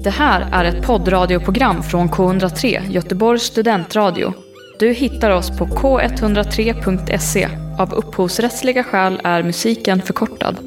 Det här är ett poddradioprogram från K103, Göteborgs studentradio. Du hittar oss på k103.se. Av upphovsrättsliga skäl är musiken förkortad.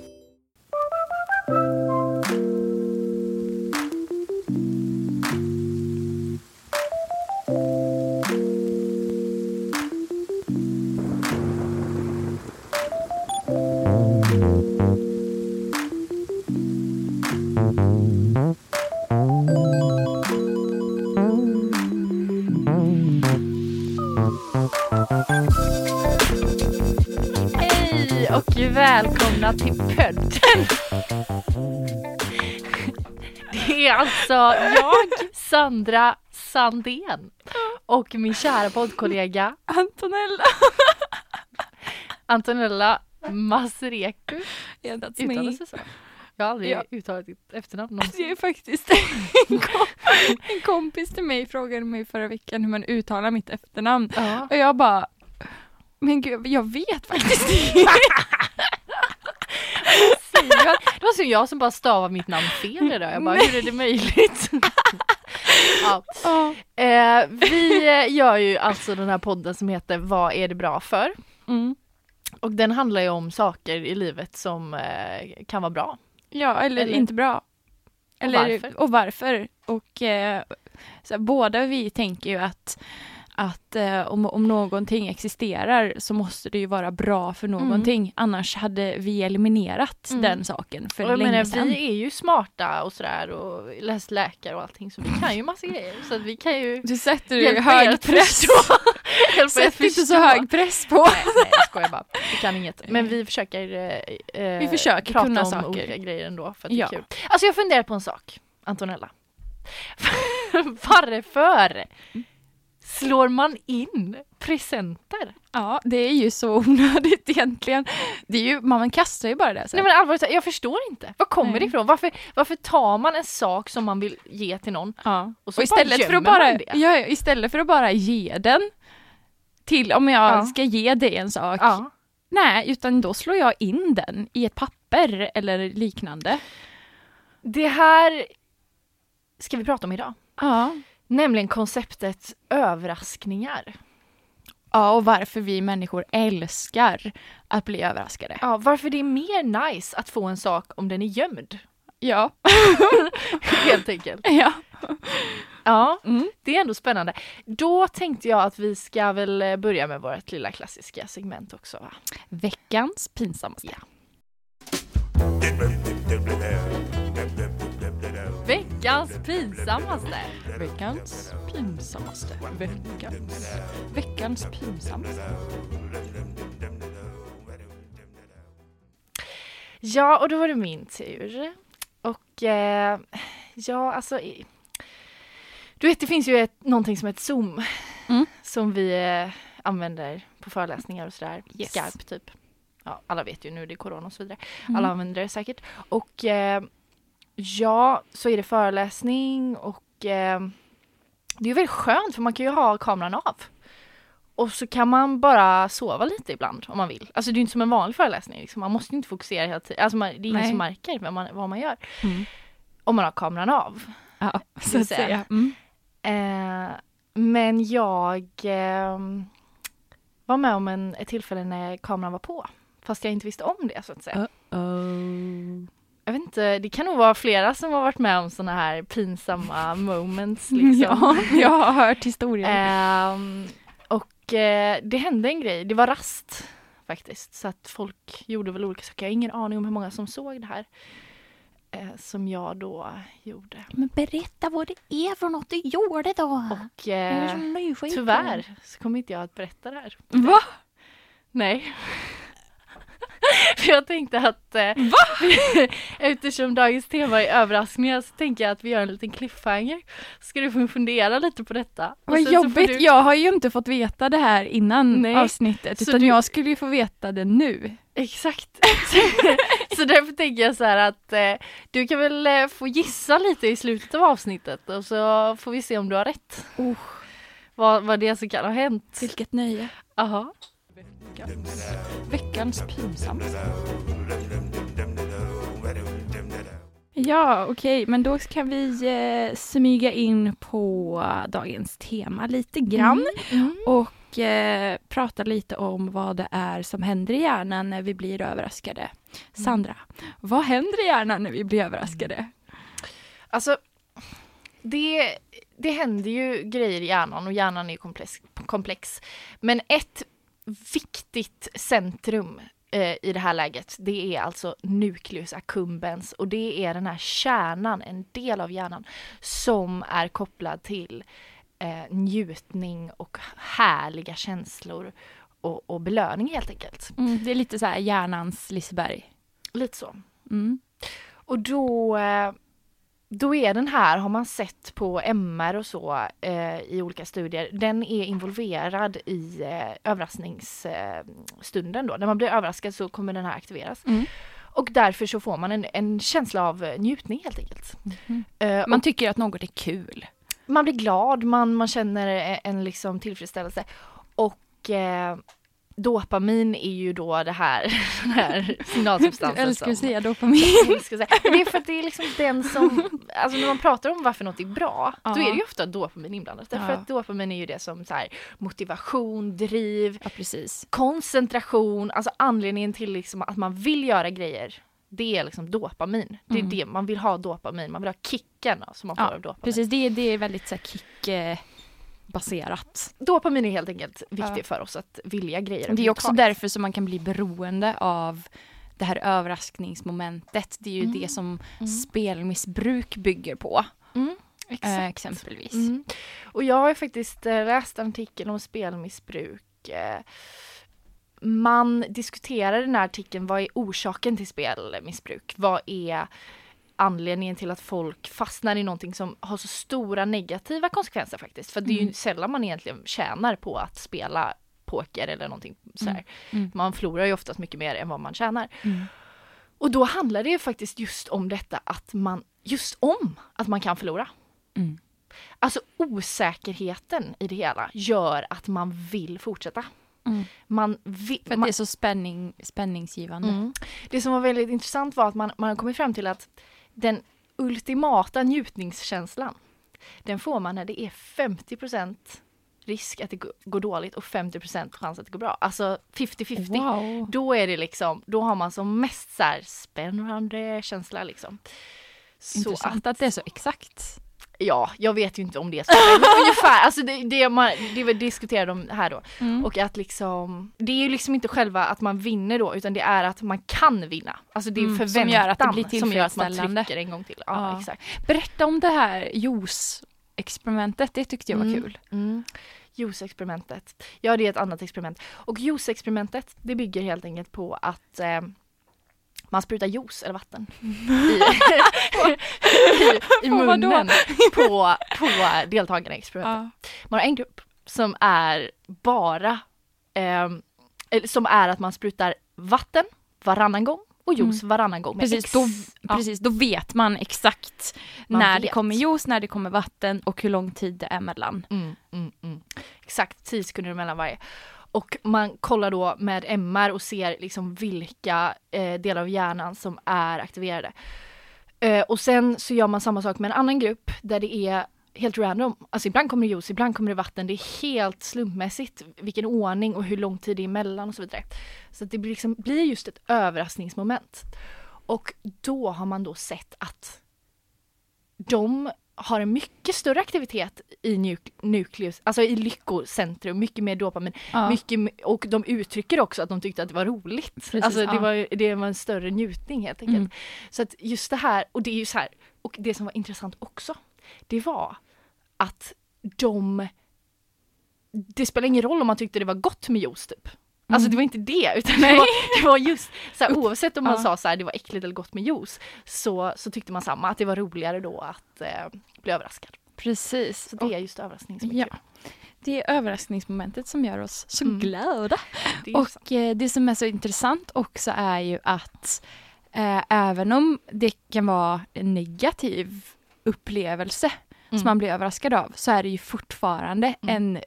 Välkomna till podden. Det är alltså jag, Sandra Sandén, och min kära poddkollega Antonella Masreku. Uttalas det så? Jag har aldrig uttalat ditt efternamn någonsin. Det är faktiskt en kompis till mig frågade mig förra veckan hur man uttalar mitt efternamn. Och jag bara, men gud, jag vet faktiskt inte. Det var så jag som bara stavade mitt namn fel idag. Jag bara, hur är det möjligt? Vi gör ju alltså den här podden som heter Vad är det bra för? Och den handlar ju om saker i livet som kan vara bra. Ja, eller inte bra. Och varför. Och så båda vi tänker ju att om någonting existerar så måste det ju vara bra för någonting. Annars hade vi eliminerat den saken för länge sedan. Vi är ju smarta och sådär och läst läkare och allting, så vi kan ju massa grejer. Så att vi kan ju... Du sätter ju hög press. Sätter inte så hög press på. Nej, jag skojar bara. Vi kan inget. Men vi försöker prata kunna om saker. olika grejer ändå för att det är kul. Alltså jag funderar på en sak, Antonella. Varför slår man in presenter? Ja, det är ju så onödigt egentligen. Det är ju, man kastar ju bara det. Nej, men allvarligt, jag förstår inte. Var kommer det ifrån? Varför tar man en sak som man vill ge till någon? Ja. Och istället för att bara ge den till, om jag ska ge dig en sak. Ja. Nej, utan då slår jag in den i ett papper eller liknande. Det här ska vi prata om idag. Ja. Nämligen konceptet överraskningar. Ja, och varför vi människor älskar att bli överraskade. Ja, varför det är mer nice att få en sak om den är gömd. Ja. Helt enkelt. Ja. Ja, det är ändå spännande. Då tänkte jag att vi ska väl börja med vårt lilla klassiska segment också, va? Veckans pinsammaste. Ja. Veckans pinsammaste. Veckans pinsammaste. Ja, och då var det min tur. Och alltså... Du vet, det finns ju någonting som heter Zoom. Som vi använder på föreläsningar och sådär. Yes. Skype typ. Ja, alla vet ju nu, det är corona och så vidare. Alla använder det säkert. Och så är det föreläsning och det är ju väldigt skönt för man kan ju ha kameran av. Och så kan man bara sova lite ibland om man vill. Alltså det är ju inte som en vanlig föreläsning. Liksom. Man måste ju inte fokusera hela tiden. Alltså det är ingen som märker vad man gör. Om man har kameran av. Ja, så att säga. Men jag var med om ett tillfälle när kameran var på. Fast jag inte visste om det, så att säga. Jag vet inte, det kan nog vara flera som har varit med om såna här pinsamma moments. Liksom. Ja, jag har hört historier. Det hände en grej. Det var rast faktiskt. Så att folk gjorde väl olika saker. Jag har ingen aning om hur många som såg det här. Som jag då gjorde. Men berätta vad det är för något du gjorde då. Och tyvärr så kommer inte jag att berätta det här. Va? Nej. För jag tänkte att eftersom dagens tema är överraskningar så tänker jag att vi gör en liten cliffhanger. Ska du få fundera lite på detta. Vad jobbigt, jag har ju inte fått veta det här innan avsnittet. Utan jag skulle ju få veta det nu. Exakt. Så därför tänker jag så här att du kan väl få gissa lite i slutet av avsnittet. Och så får vi se om du har rätt. Vad det så kan ha hänt. Vilket nöje. Aha. Veckans pinsammaste. Ja, okej. Men då kan vi smyga in på dagens tema lite grann. Och prata lite om vad det är som händer i hjärnan när vi blir överraskade. Sandra, vad händer i hjärnan när vi blir överraskade? Alltså, det händer ju grejer i hjärnan och hjärnan är ju komplex. Men ett viktigt centrum i det här läget, det är alltså nucleus accumbens, och det är den här kärnan, en del av hjärnan som är kopplad till njutning och härliga känslor och belöning helt enkelt. Det är lite så här hjärnans Liseberg. Lite så. Och då är den här, har man sett på MR och så i olika studier, den är involverad i överraskningsstunden då. När man blir överraskad så kommer den här aktiveras. Och därför så får man en känsla av njutning helt enkelt. Man tycker att något är kul. Man blir glad, man känner en liksom tillfredsställelse. Och dopamin är ju då den här signalsubstansen. Jag älskar att säga dopamin. Det är för att det är liksom den som, alltså när man pratar om varför något är bra, då är det ju ofta dopamin inblandat. Därför att dopamin är ju det som så här, motivation, driv, koncentration, alltså anledningen till liksom att man vill göra grejer. Det är liksom dopamin. Det är det man vill ha, dopamin. Man vill ha kicken som man får av dopamin. Precis, det är väldigt så här kickbaserat. Dopamin är helt enkelt viktigt för oss att vilja grejer. Det är också därför som man kan bli beroende av det här överraskningsmomentet. Det är ju det som spelmissbruk bygger på. Exempelvis. Och jag har faktiskt läst en artikel om spelmissbruk. Man diskuterar i den här artikeln, vad är orsaken till spelmissbruk? Vad är anledningen till att folk fastnar i någonting som har så stora negativa konsekvenser faktiskt? För det är ju sällan man egentligen tjänar på att spela poker eller någonting sådär. Man förlorar ju oftast mycket mer än vad man tjänar. Och då handlar det ju faktiskt just om detta att man kan förlora. Alltså osäkerheten i det hela gör att man vill fortsätta. För att det är så spänningsgivande. Det som var väldigt intressant var att man har kommit fram till att den ultimata njutningskänslan, den får man när det är 50% risk att det går dåligt och 50% chans att det går bra. Alltså 50-50. Wow. Då är det liksom, då har man som mest så här spännande känsla liksom. Intressant att det är så exakt. Ja, jag vet ju inte om det är så. Ungefär, alltså det diskuterar de här då. Och att liksom, det är ju liksom inte själva att man vinner då, utan det är att man kan vinna. Alltså det är förväntan som gör att det blir tillfredsställande. Som gör att man trycker en gång till. Ja, exakt. Berätta om det här juice-experimentet, det tyckte jag var kul. Juice-experimentet. Ja, det är ett annat experiment. Och juice-experimentet, det bygger helt enkelt på att man sprutar juice eller vatten i munnen på deltagarna i experimentet. Man har en grupp som är bara som är att man sprutar vatten varannan gång och juice varannan gång. Precis, då vet man exakt när det kommer juice, när det kommer vatten och hur lång tid det är mellan. Exakt, 10 sekunder mellan varje. Och man kollar då med MR och ser liksom vilka delar av hjärnan som är aktiverade. Och sen så gör man samma sak med en annan grupp där det är helt random. Alltså ibland kommer det juice, ibland kommer det vatten. Det är helt slumpmässigt vilken ordning och hur lång tid det är emellan och så vidare. Så att det blir just ett överraskningsmoment. Och då har man då sett att de har en mycket större aktivitet i nucleus, alltså i lyckocentrum, mycket mer dopamin, och de uttrycker också att de tyckte att det var roligt. Precis, alltså det var en större njutning helt enkelt. Så att just det här, och det är ju så här, och det som var intressant också, det var att det spelar ingen roll om man tyckte det var gott med juice typ. Alltså det var inte det, utan det var just så här, oavsett om man sa så här, det var äckligt eller gott med juice, så tyckte man samma, att det var roligare då att bli överraskad. Precis. Så det är just överraskningsmomentet. Ja. Det är överraskningsmomentet som gör oss så glada. Och det som är så intressant också är ju att även om det kan vara en negativ upplevelse som man blir överraskad av, så är det ju fortfarande en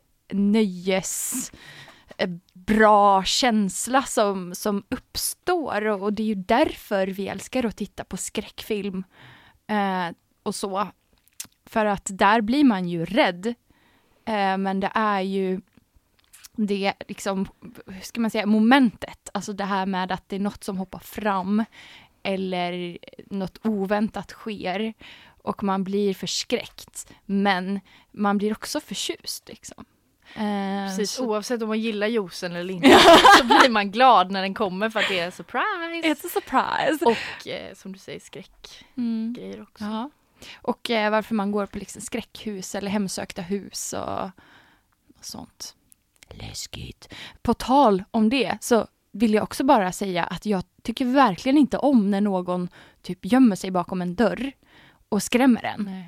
bra känsla som uppstår, och det är ju därför vi älskar att titta på skräckfilm och så. För att där blir man ju rädd. Men det är ju det liksom, hur ska man säga, momentet. Alltså det här med att det är något som hoppar fram eller något oväntat sker och man blir förskräckt. Men man blir också förtjust liksom. Precis, så... oavsett om man gillar juicen eller inte så blir man glad när den kommer för att det är en surprise. It's a surprise. Och som du säger, skräckgrejer också. Ja. Och varför man går på liksom skräckhus eller hemsökta hus och sånt. Läskigt. På tal om det så vill jag också bara säga att jag tycker verkligen inte om när någon typ gömmer sig bakom en dörr och skrämmer en.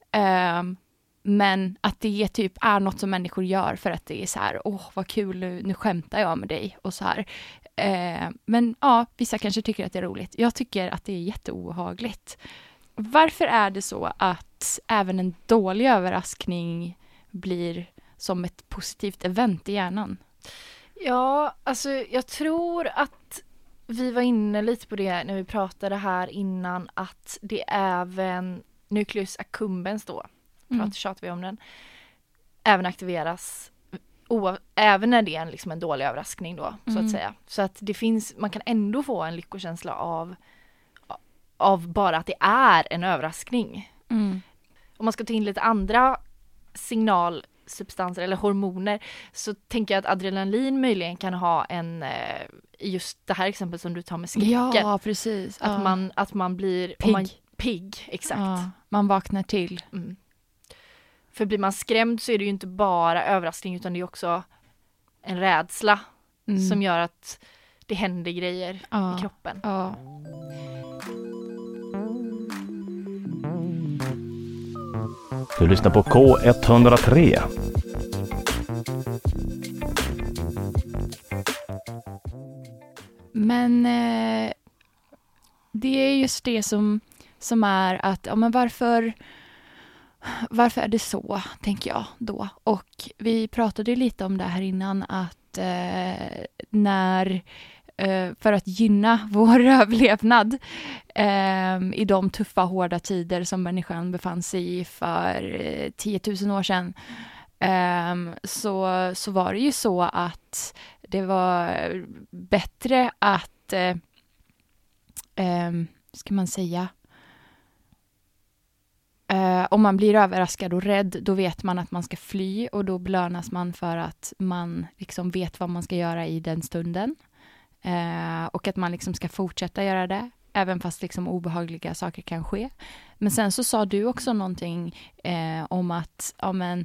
Men att det typ är något som människor gör för att det är så här, vad kul, nu skämtar jag med dig och så här. Men ja, vissa kanske tycker att det är roligt. Jag tycker att det är jätteobehagligt. Varför är det så att även en dålig överraskning blir som ett positivt event i hjärnan? Ja, alltså jag tror att vi var inne lite på det när vi pratade här innan, att det även nucleus accumbens då, tjatar vi om den, även aktiveras även när det är liksom en dålig överraskning då, så att säga. Så att det finns, man kan ändå få en lyckokänsla av bara att det är en överraskning. Om man ska ta in lite andra signalsubstanser eller hormoner så tänker jag att adrenalin möjligen kan ha en, just det här exempel som du tar med skräcken. Ja, precis. Att man blir pigg, exakt. Ja, man vaknar till. För blir man skrämd så är det ju inte bara överraskning utan det är också en rädsla som gör att det händer grejer i kroppen. Ja. Du lyssnar på K103. Men det är just det som är att, ja men varför är det så, tänker jag då. Och vi pratade lite om det här innan, att för att gynna vår överlevnad i de tuffa, hårda tider som människan befann sig i för 10 000 år sedan, så var det ju så att det var bättre att, ska man säga, om man blir överraskad och rädd, då vet man att man ska fly och då belönas man för att man liksom vet vad man ska göra i den stunden. Och att man liksom ska fortsätta göra det, även fast liksom obehagliga saker kan ske. Men sen så sa du också någonting om att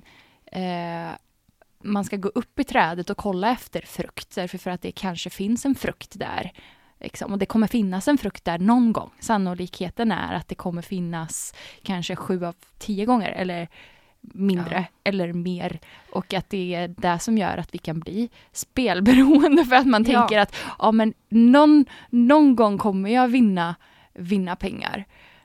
man ska gå upp i trädet och kolla efter frukt, därför för att det kanske finns en frukt där. Liksom. Och det kommer finnas en frukt där någon gång. Sannolikheten är att det kommer finnas kanske 7 av 10 gånger eller mindre eller mer. Och att det är det som gör att vi kan bli spelberoende, för att man tänker att men någon gång kommer jag vinna pengar.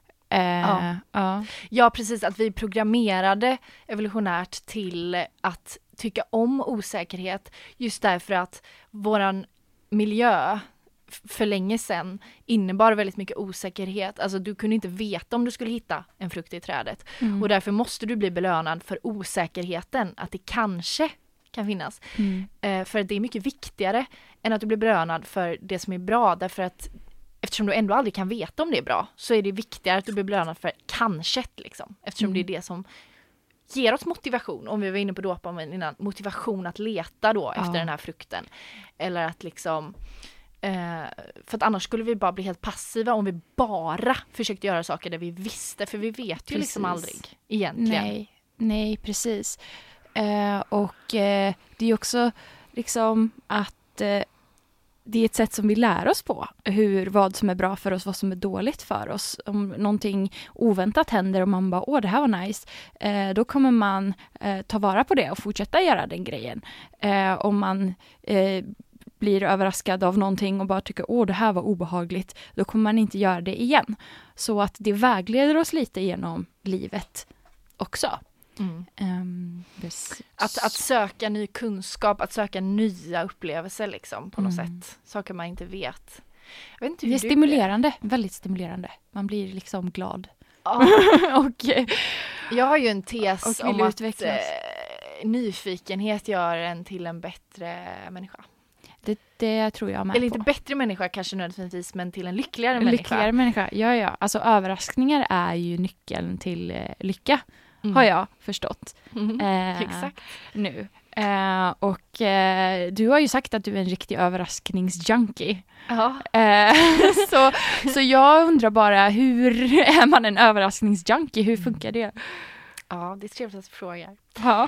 Ja, precis. Att vi är programmerade evolutionärt till att tycka om osäkerhet, just därför att våran miljö för länge sedan innebar väldigt mycket osäkerhet. Alltså du kunde inte veta om du skulle hitta en frukt i trädet. Och därför måste du bli belönad för osäkerheten, att det kanske kan finnas. För det är mycket viktigare än att du blir belönad för det som är bra, därför att eftersom du ändå aldrig kan veta om det är bra, så är det viktigare att du blir belönad för kanske liksom. Eftersom det är det som ger oss motivation. Om vi var inne på dopamin innan, motivation att leta då efter den här frukten. Eller att liksom för att annars skulle vi bara bli helt passiva om vi bara försökte göra saker där vi visste, för vi vet ju liksom aldrig egentligen. Nej, precis. Och det är också liksom att det är ett sätt som vi lär oss på, vad som är bra för oss, vad som är dåligt för oss. Om någonting oväntat händer och man bara, det här var nice, då kommer man ta vara på det och fortsätta göra den grejen. Om man blir överraskad av någonting och bara tycker, det här var obehagligt, då kommer man inte göra det igen. Så att det vägleder oss lite genom livet också. Att söka ny kunskap, att söka nya upplevelser liksom, på något sätt. Saker man inte vet. Jag vet inte hur det är stimulerande, väldigt stimulerande. Man blir liksom glad. Ja. Och Jag har ju en tes och vill om att utvecklas. nyfikenhet gör en till en bättre människa. Det tror jag med Eller på. inte bättre människa kanske nödvändigtvis, men till en lyckligare En människa. lyckligare människa. Ja. Alltså överraskningar är ju nyckeln till lycka. Har jag förstått. Exakt. Nu. Du har ju sagt att du är en riktig överraskningsjunkie. Ja. Så jag undrar bara, hur är man en överraskningsjunkie? Hur funkar det? Ja, det är trevligt att du frågar. Ja.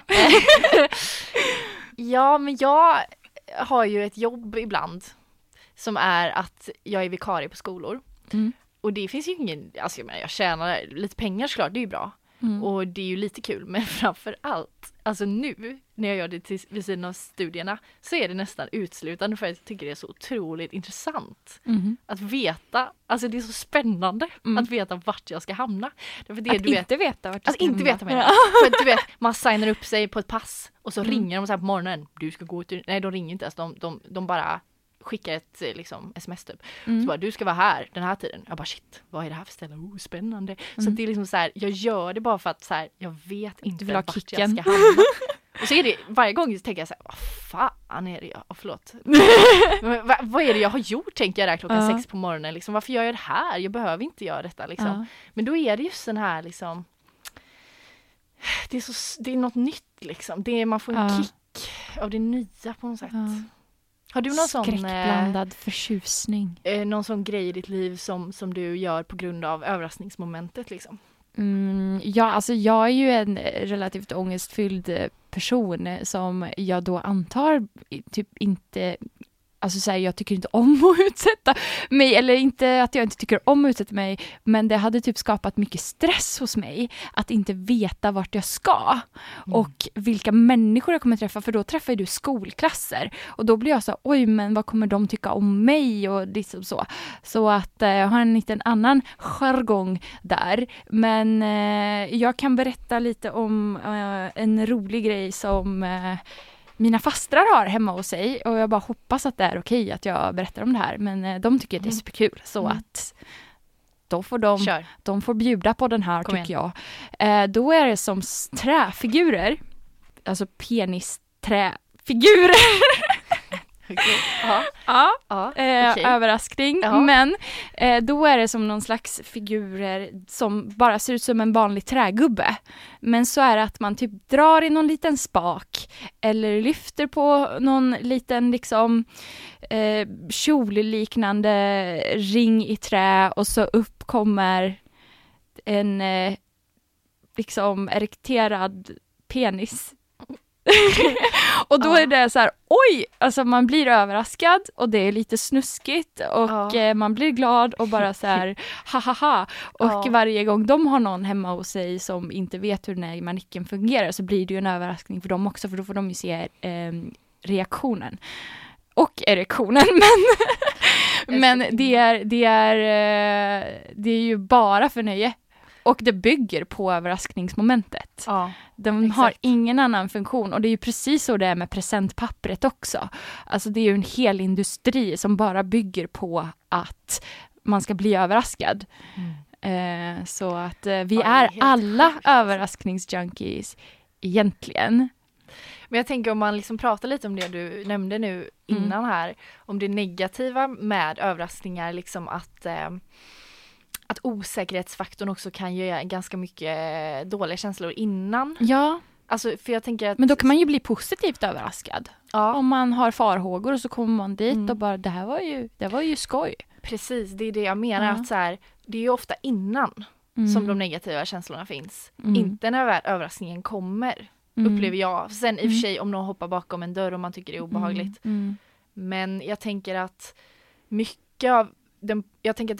Ja, men jag har ju ett jobb ibland som är att jag är vikarie på skolor. Och det finns ju ingen, alltså jag tjänar lite pengar såklart, det är ju bra. Och det är ju lite kul, men framför allt, alltså nu när jag gör det vid sidan av studierna så är det nästan utslutande för att jag tycker det är så otroligt intressant att veta, alltså det är så spännande att veta vart jag ska hamna. Därför det, Att inte veta vart du ska inte hamna. veta mer. För att du vet, man signar upp sig på ett pass och så ringer de så här på morgonen, du ska gå ut, nej de ringer inte ens, de bara skickar ett liksom sms typ. Så bara, du ska vara här den här tiden. Jag bara shit, vad är det här för ställe? Spännande. Så det är liksom så här, jag gör det bara för att så här, jag vet inte vart kicken. jag ska hamna. Och så är det, varje gång så tänker jag så här, vad fan är det jag, förlåt. Vad är det jag har gjort, tänker jag där klockan 6 på morgonen liksom. Varför gör jag det här? Jag behöver inte göra detta liksom. Men då är det just den här liksom, det är något nytt liksom. Man får en kick av det nya på något sätt. Har du någon skräckblandad förtjusning? Någon sån grej i ditt liv som du gör på grund av överraskningsmomentet liksom? Ja, alltså jag är ju en relativt ångestfylld person som jag då antar typ inte... Alltså så här, jag tycker inte om att utsätta mig, eller inte att jag inte tycker om att utsätta mig, men det hade typ skapat mycket stress hos mig att inte veta vart jag ska och vilka människor jag kommer träffa, för då träffar du skolklasser och då blir jag så, oj men vad kommer de tycka om mig och liksom så. Så att jag har en liten annan jargong där, men jag kan berätta lite om en rolig grej som mina fastrar har hemma hos sig, och jag bara hoppas att det är okej att jag berättar om det här, men de tycker det är superkul, så att då får de får bjuda på den här, tycker jag. Då är det som träfigurer, alltså penisträfigurer. Okay. Överraskning. Men då är det som någon slags figurer som bara ser ut som en vanlig trägubbe. Men så är det att man typ drar i någon liten spak eller lyfter på någon liten liksom kjolliknande ring i trä, och så uppkommer en liksom erekterad penis. Och då är det så här, oj, alltså man blir överraskad och det är lite snuskigt och man blir glad och bara så här hahaha, och varje gång de har någon hemma hos sig som inte vet hur den här manicken fungerar, så blir det ju en överraskning för dem också, för då får de ju se reaktionen och erektionen, men det är ju bara för nöje. Och det bygger på överraskningsmomentet. Ja, de har ingen annan funktion. Och det är ju precis så det är med presentpappret också. Alltså det är ju en hel industri som bara bygger på att man ska bli överraskad. Så att vi är alla överraskningsjunkies egentligen. Men jag tänker om man liksom pratar lite om det du nämnde nu innan här. Om det negativa med överraskningar, liksom att osäkerhetsfaktorn också kan ge ganska mycket dåliga känslor innan. Ja. Alltså, för jag tänker att... Men då kan man ju bli positivt överraskad. Ja. Om man har farhågor och så kommer man dit och bara, det var ju skoj. Precis, det är det jag menar. Att så här, det är ju ofta innan som de negativa känslorna finns. Inte när överraskningen kommer, upplever jag. Sen i och för sig om någon hoppar bakom en dörr och man tycker det är obehagligt. Men jag tänker att mycket av jag tänker att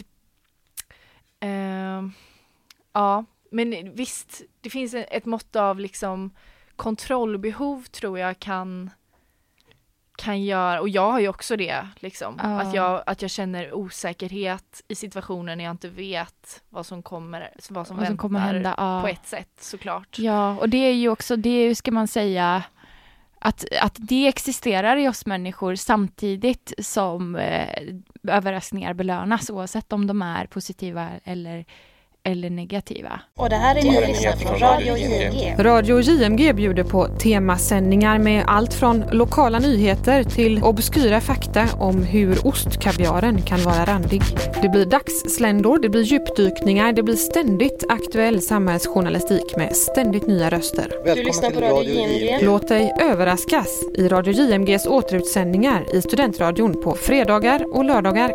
ja, men visst, det finns ett mått av liksom kontrollbehov, tror jag kan göra, och jag har ju också det liksom, att jag känner osäkerhet i situationen när jag inte vet vad som kommer hända på ett sätt, såklart. Ja, och det är ju också, det ska man säga, att det existerar i oss människor samtidigt som överraskningar belönas, oavsett om de är positiva eller eller negativa. Och det här är nyheter från Radio JMG. Radio JMG bjuder på temasändningar med allt från lokala nyheter till obskyra fakta om hur ostkaviaren kan vara randig. Det blir dagssländor, det blir djupdykningar, det blir ständigt aktuell samhällsjournalistik med ständigt nya röster. Du lyssnar på Radio JMG. Låt dig överraskas i Radio JMGs återutsändningar i studentradion på fredagar och lördagar.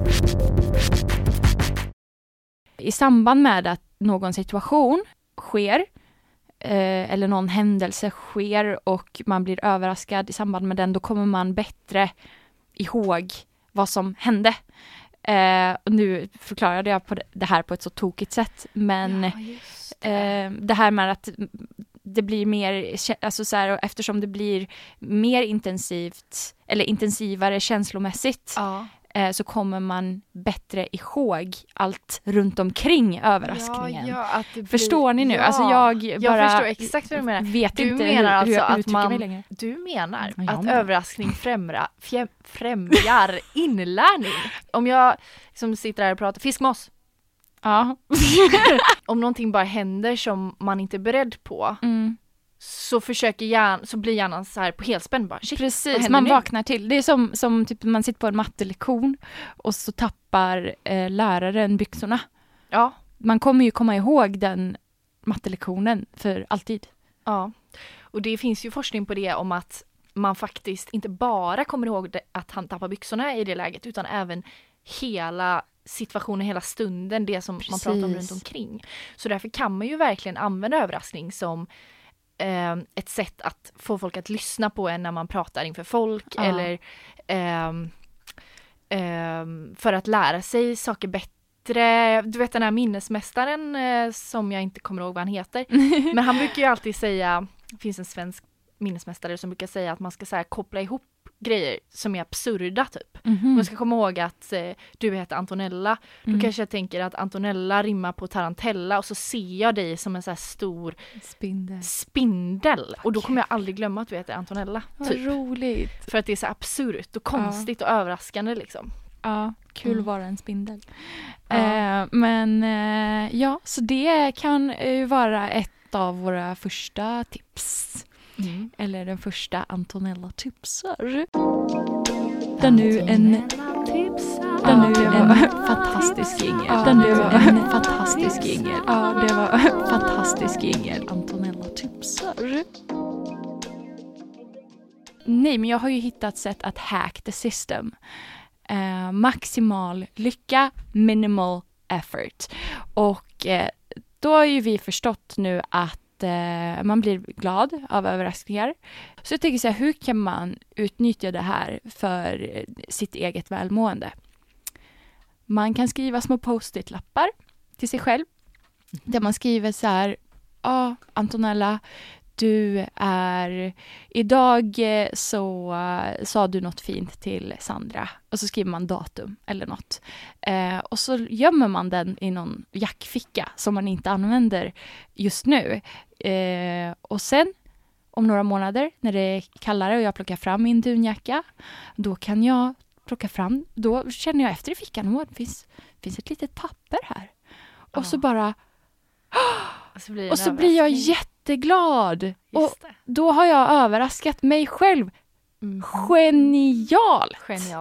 I samband med att någon situation sker eller någon händelse sker och man blir överraskad i samband med den, då kommer man bättre ihåg vad som hände. Och nu förklarade jag det här på ett så tokigt sätt, men det här med att det blir mer, alltså så här, eftersom det blir mer intensivt eller intensivare känslomässigt, så kommer man bättre ihåg allt runt omkring överraskningen. Förstår ni nu? Alltså jag förstår exakt vad du menar. Vet du inte menar hur jag alltså uttrycker mig längre. Du menar att överraskning främjar inlärning. Om jag som sitter här och pratar fiskmås. Ja. Om någonting bara händer som man inte är beredd på. Så så blir hjärnan så här på helspänn bara. Shit, precis, man vaknar till. Det är som typ man sitter på en mattelektion och så tappar läraren byxorna. Ja. Man kommer ju komma ihåg den mattelektionen för alltid. Ja, och det finns ju forskning på det om att man faktiskt inte bara kommer ihåg att han tappar byxorna i det läget, utan även hela situationen, hela stunden, det som man pratar om runt omkring. Så därför kan man ju verkligen använda överraskning som ett sätt att få folk att lyssna på en när man pratar inför folk, eller för att lära sig saker bättre. Du vet den här minnesmästaren som jag inte kommer ihåg vad han heter, men han brukar ju alltid säga, det finns en svensk minnesmästare som brukar säga att man ska så här koppla ihop grejer som är absurda typ. Man ska komma ihåg att du heter Antonella. Då kanske jag tänker att Antonella rimmar på tarantella, och så ser jag dig som en så här stor spindel. Och då kommer jag aldrig glömma att du heter Antonella. Typ. Roligt. För att det är så absurt och konstigt och överraskande liksom. Ja, kul att vara en spindel. Så det kan ju vara ett av våra första tips. Eller den första Antonella tipsar. Den nu en fantastisk jingel. En fantastisk jingel. Ja, det var en fantastisk jingel. Antonella tipsar. Nej, men jag har ju hittat sätt att hack the system. Maximal lycka, minimal effort. Och då har ju vi förstått nu att man blir glad av överraskningar. Så jag tänker så här, hur kan man utnyttja det här för sitt eget välmående? Man kan skriva små post-it-lappar till sig själv. Där man skriver så här, Antonella, idag så sa du något fint till Sandra. Och så skriver man datum eller något. Och så gömmer man den i någon jackficka som man inte använder just nu. Och sen om några månader när det är kallare och jag plockar fram min dunjacka, då kan jag plocka fram, då känner jag efter i fickan, det finns ett litet papper här. Och så bara och så blir jag jätteglad. Och då har jag överraskat mig själv. Genialt.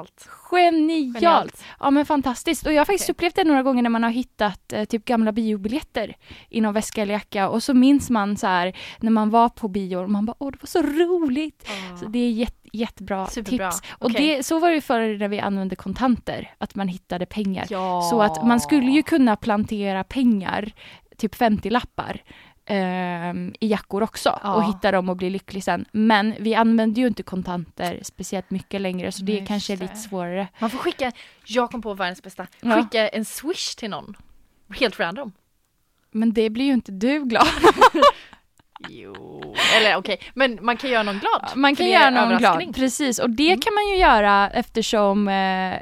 Ja, men fantastiskt. Och jag har faktiskt upplevt det några gånger när man har hittat typ gamla biobiljetter i någon väska eller jacka. Och så minns man så här när man var på bio och man bara, det var så roligt. Så det är jättebra tips. Och så var det förr när vi använde kontanter, att man hittade pengar. Ja. Så att man skulle ju kunna plantera pengar, typ 50-lappar i jackor också och hitta dem och bli lycklig sen. Men vi använder ju inte kontanter speciellt mycket längre, så det kanske är lite svårare. Man får skicka, jag kom på världens bästa, skicka en swish till någon. Helt random. Men det blir ju inte du glad. Jo, eller okej. Men man kan göra någon glad. Man kan göra någon glad, precis. Och det kan man ju göra eftersom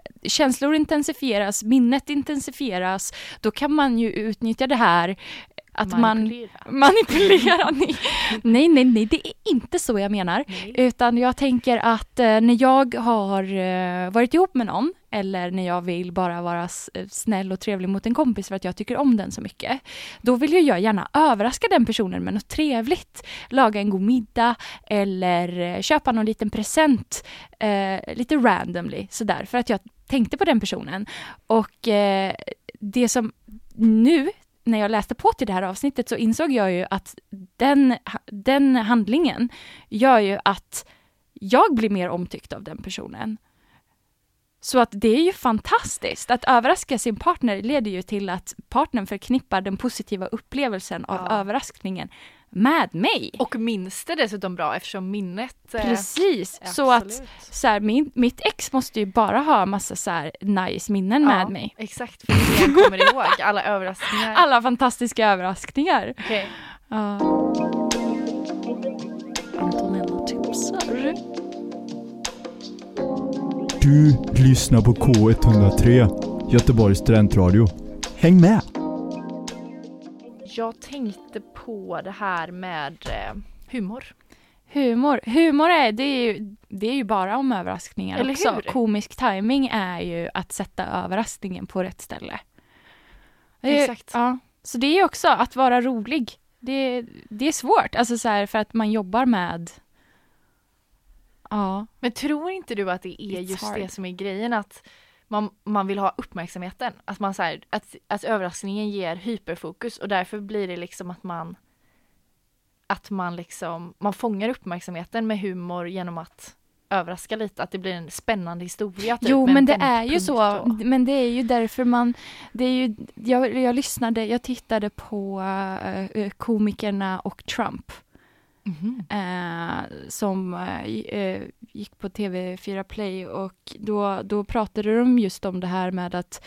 känslor intensifieras, minnet intensifieras. Då kan man ju utnyttja det här att manipulera. Nej, det är inte så jag menar. Nej. Utan jag tänker att när jag har varit ihop med någon, eller när jag vill bara vara snäll och trevlig mot en kompis för att jag tycker om den så mycket, då vill jag gärna överraska den personen med något trevligt. Laga en god middag eller köpa någon liten present lite randomly sådär, för att jag tänkte på den personen. Och det som nu, när jag läste på till det här avsnittet, så insåg jag ju att den handlingen gör ju att jag blir mer omtyckt av den personen. Så att det är ju fantastiskt. Att överraska sin partner leder ju till att partnern förknippar den positiva upplevelsen av överraskningen med mig. Och minns det dessutom bra eftersom minnet... Precis, så att så här, mitt ex måste ju bara ha massa så här nice minnen med mig. Exakt, för jag kommer ihåg alla överraskningar. Alla fantastiska överraskningar. Okej. Antonella tipsar. Du lyssnar på K103, Göteborgs studentradio. Häng med! Jag tänkte på det här med humor. Humor är, det är ju bara om överraskningar. Eller också. hur? Komisk timing är ju att sätta överraskningen på rätt ställe. Exakt. Ja. Så det är ju också att vara rolig. Det är svårt, alltså så här, för att man jobbar med... Ja. Men tror inte du att det är It's just hard. det som är grejen, att man vill ha uppmärksamheten, att man så här, att överraskningen ger hyperfokus, och därför blir det liksom att man liksom man fångar uppmärksamheten med humor genom att överraska lite, att det blir en spännande historia typ, Jo, med men en det är ju vändpunkt så. och- Men det är ju därför jag tittade på komikerna och Trump. Som gick på TV4 Play, och då pratade de just om det här med att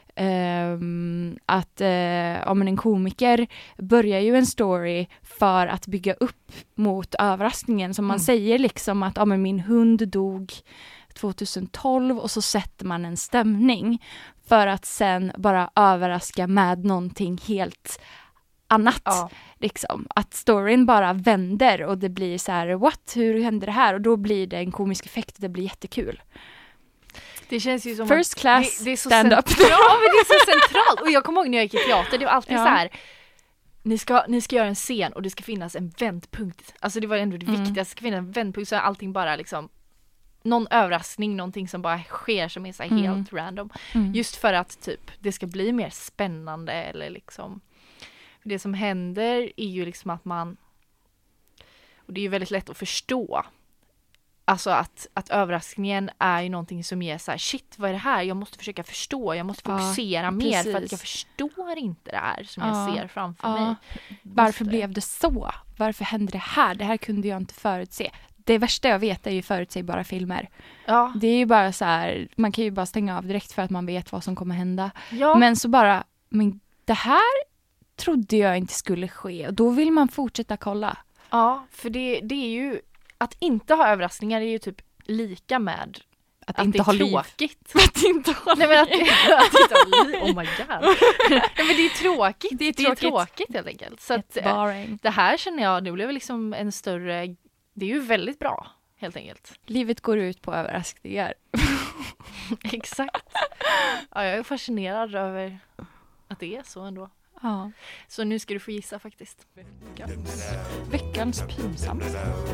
en komiker börjar ju en story för att bygga upp mot överraskningen, som man säger liksom att min hund dog 2012, och så sätter man en stämning för att sen bara överraska med någonting helt annat. Ja. Liksom. Att storyn bara vänder och det blir så här, hur händer det här? Och då blir det en komisk effekt och det blir jättekul. Det känns ju som First att class det är så stand-up. Ja, men det är så centralt. Och jag kommer ihåg när jag gick i teater, det var alltid Ja. så här: ni ska göra en scen och det ska finnas en vändpunkt. Alltså det var ändå det viktigaste, det ska finnas en vändpunkt, så är allting bara liksom någon överraskning, någonting som bara sker som är så här helt random. Just för att typ det ska bli mer spännande, eller liksom det som händer är ju liksom att och det är ju väldigt lätt att förstå, alltså att överraskningen är ju någonting som ger så här, shit, vad är det här? Jag måste försöka förstå, jag måste fokusera mer, för att jag förstår inte det här som jag ser framför mig. Varför blev det så? Varför hände det här? Det här kunde jag inte förutse. Det värsta jag vet är ju förutsägbara filmer. Ja. Det är ju bara så här, man kan ju bara stänga av direkt för att man vet vad som kommer hända. Ja. Men så bara, men det här trodde jag inte skulle ske. Och då vill man fortsätta kolla. Ja, för det är ju, att inte ha överraskningar är ju typ lika med att inte det är ha liv. tråkigt. Att inte ha Nej, men att inte ha liv. Oh my god. Nej, men det är tråkigt. Det är tråkigt helt enkelt. Så att, boring. det här känner jag, det blev liksom en större, det är ju väldigt bra helt enkelt. Livet går ut på överraskningar. Exakt. Ja, jag är fascinerad över att det är så ändå. Ja. Så nu ska du få gissa faktiskt. Veckans pinsamt.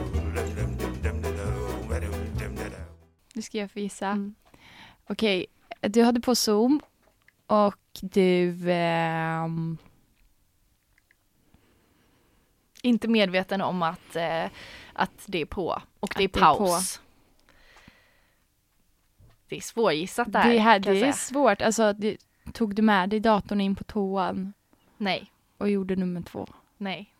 Nu ska jag få gissa. Okej, du hade på Zoom och du... Inte medveten om att det är på. Och det är Att det är paus. Det är svårgissat där. Det kan jag är säga. svårt. Alltså, tog du med dig datorn in på toan Nej. och gjorde nummer 2? Nej.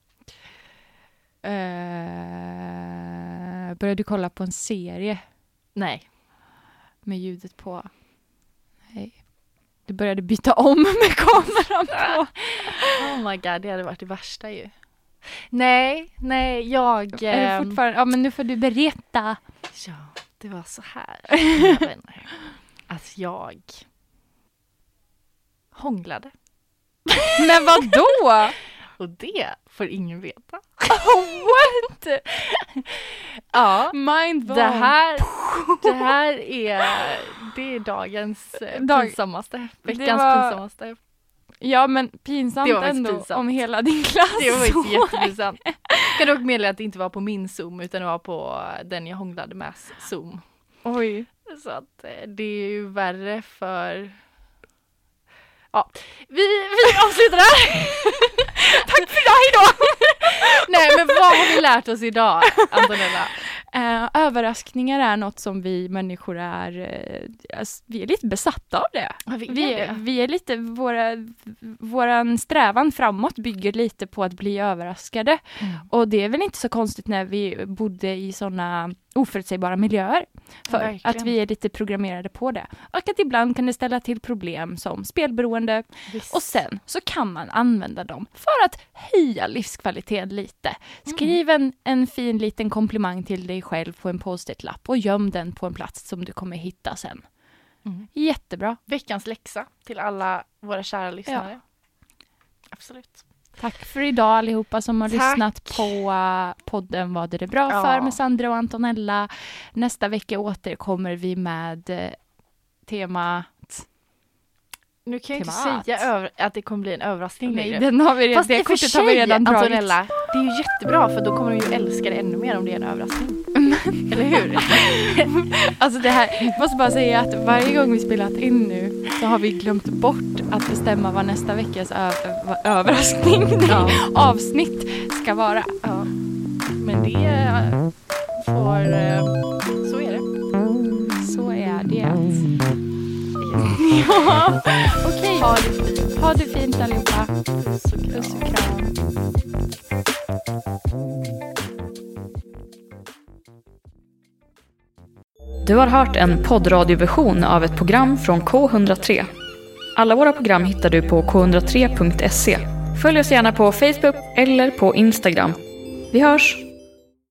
Började du kolla på en serie Nej. med ljudet på? Nej. Du började byta om med kameran på? Oh my god, det hade varit det värsta ju. Nej, jag... Är det fortfarande? Ja, men nu får du berätta. Ja, det var så här, mina vänner, att jag hånglade. Men vadå? Och det får ingen veta. What? Ja, Mind blown. det här är dagens pinsammaste. Veckans pinsammaste. Ja, men pinsamt det var ändå pinsamt. Om hela din klass. Det var faktiskt jättepinsamt. Jag kan dock meddela att det inte var på min Zoom utan det var på den jag hånglade med Zoom. Oj. Så att det är ju värre för... Ja, vi avslutar där. Tack för idag, hejdå! Nej, men vad har vi lärt oss idag, Antonella? Överraskningar är något som vi människor är, vi är lite besatta av det. Ja, vi är lite, våran strävan framåt bygger lite på att bli överraskade. Och det är väl inte så konstigt när vi bodde i sådana oförutsägbara miljöer. För att vi är lite programmerade på det. Och att ibland kan det ställa till problem som spelberoende. Visst. Och sen så kan man använda dem för att höja livskvaliteten lite. Skriv en fin liten komplimang till dig själv på en post-it-lapp och göm den på en plats som du kommer hitta sen. Jättebra. Veckans läxa till alla våra kära lyssnare. Ja. Absolut. Tack för idag allihopa som har lyssnat på podden Vad är det bra för med Sandra och Antonella. Nästa vecka återkommer vi med temat. Nu kan jag inte säga att det kommer bli en överraskning. Nej, den har vi redan. Fast det kortet har vi redan dragit. Antonella, det är ju jättebra för då kommer de ju älska det ännu mer om det är en överraskning. Eller hur? Alltså det här, jag måste bara säga att varje gång vi spelat in nu så har vi glömt bort att bestämma vad nästa veckas avsnitt ska vara. Ja. Men det får... så är det. Så är det. Ja, okej. Ha det fint allihopa. Puss och kram. Du har hört en poddradioversion av ett program från K103. Alla våra program hittar du på k103.se. Följ oss gärna på Facebook eller på Instagram. Vi hörs!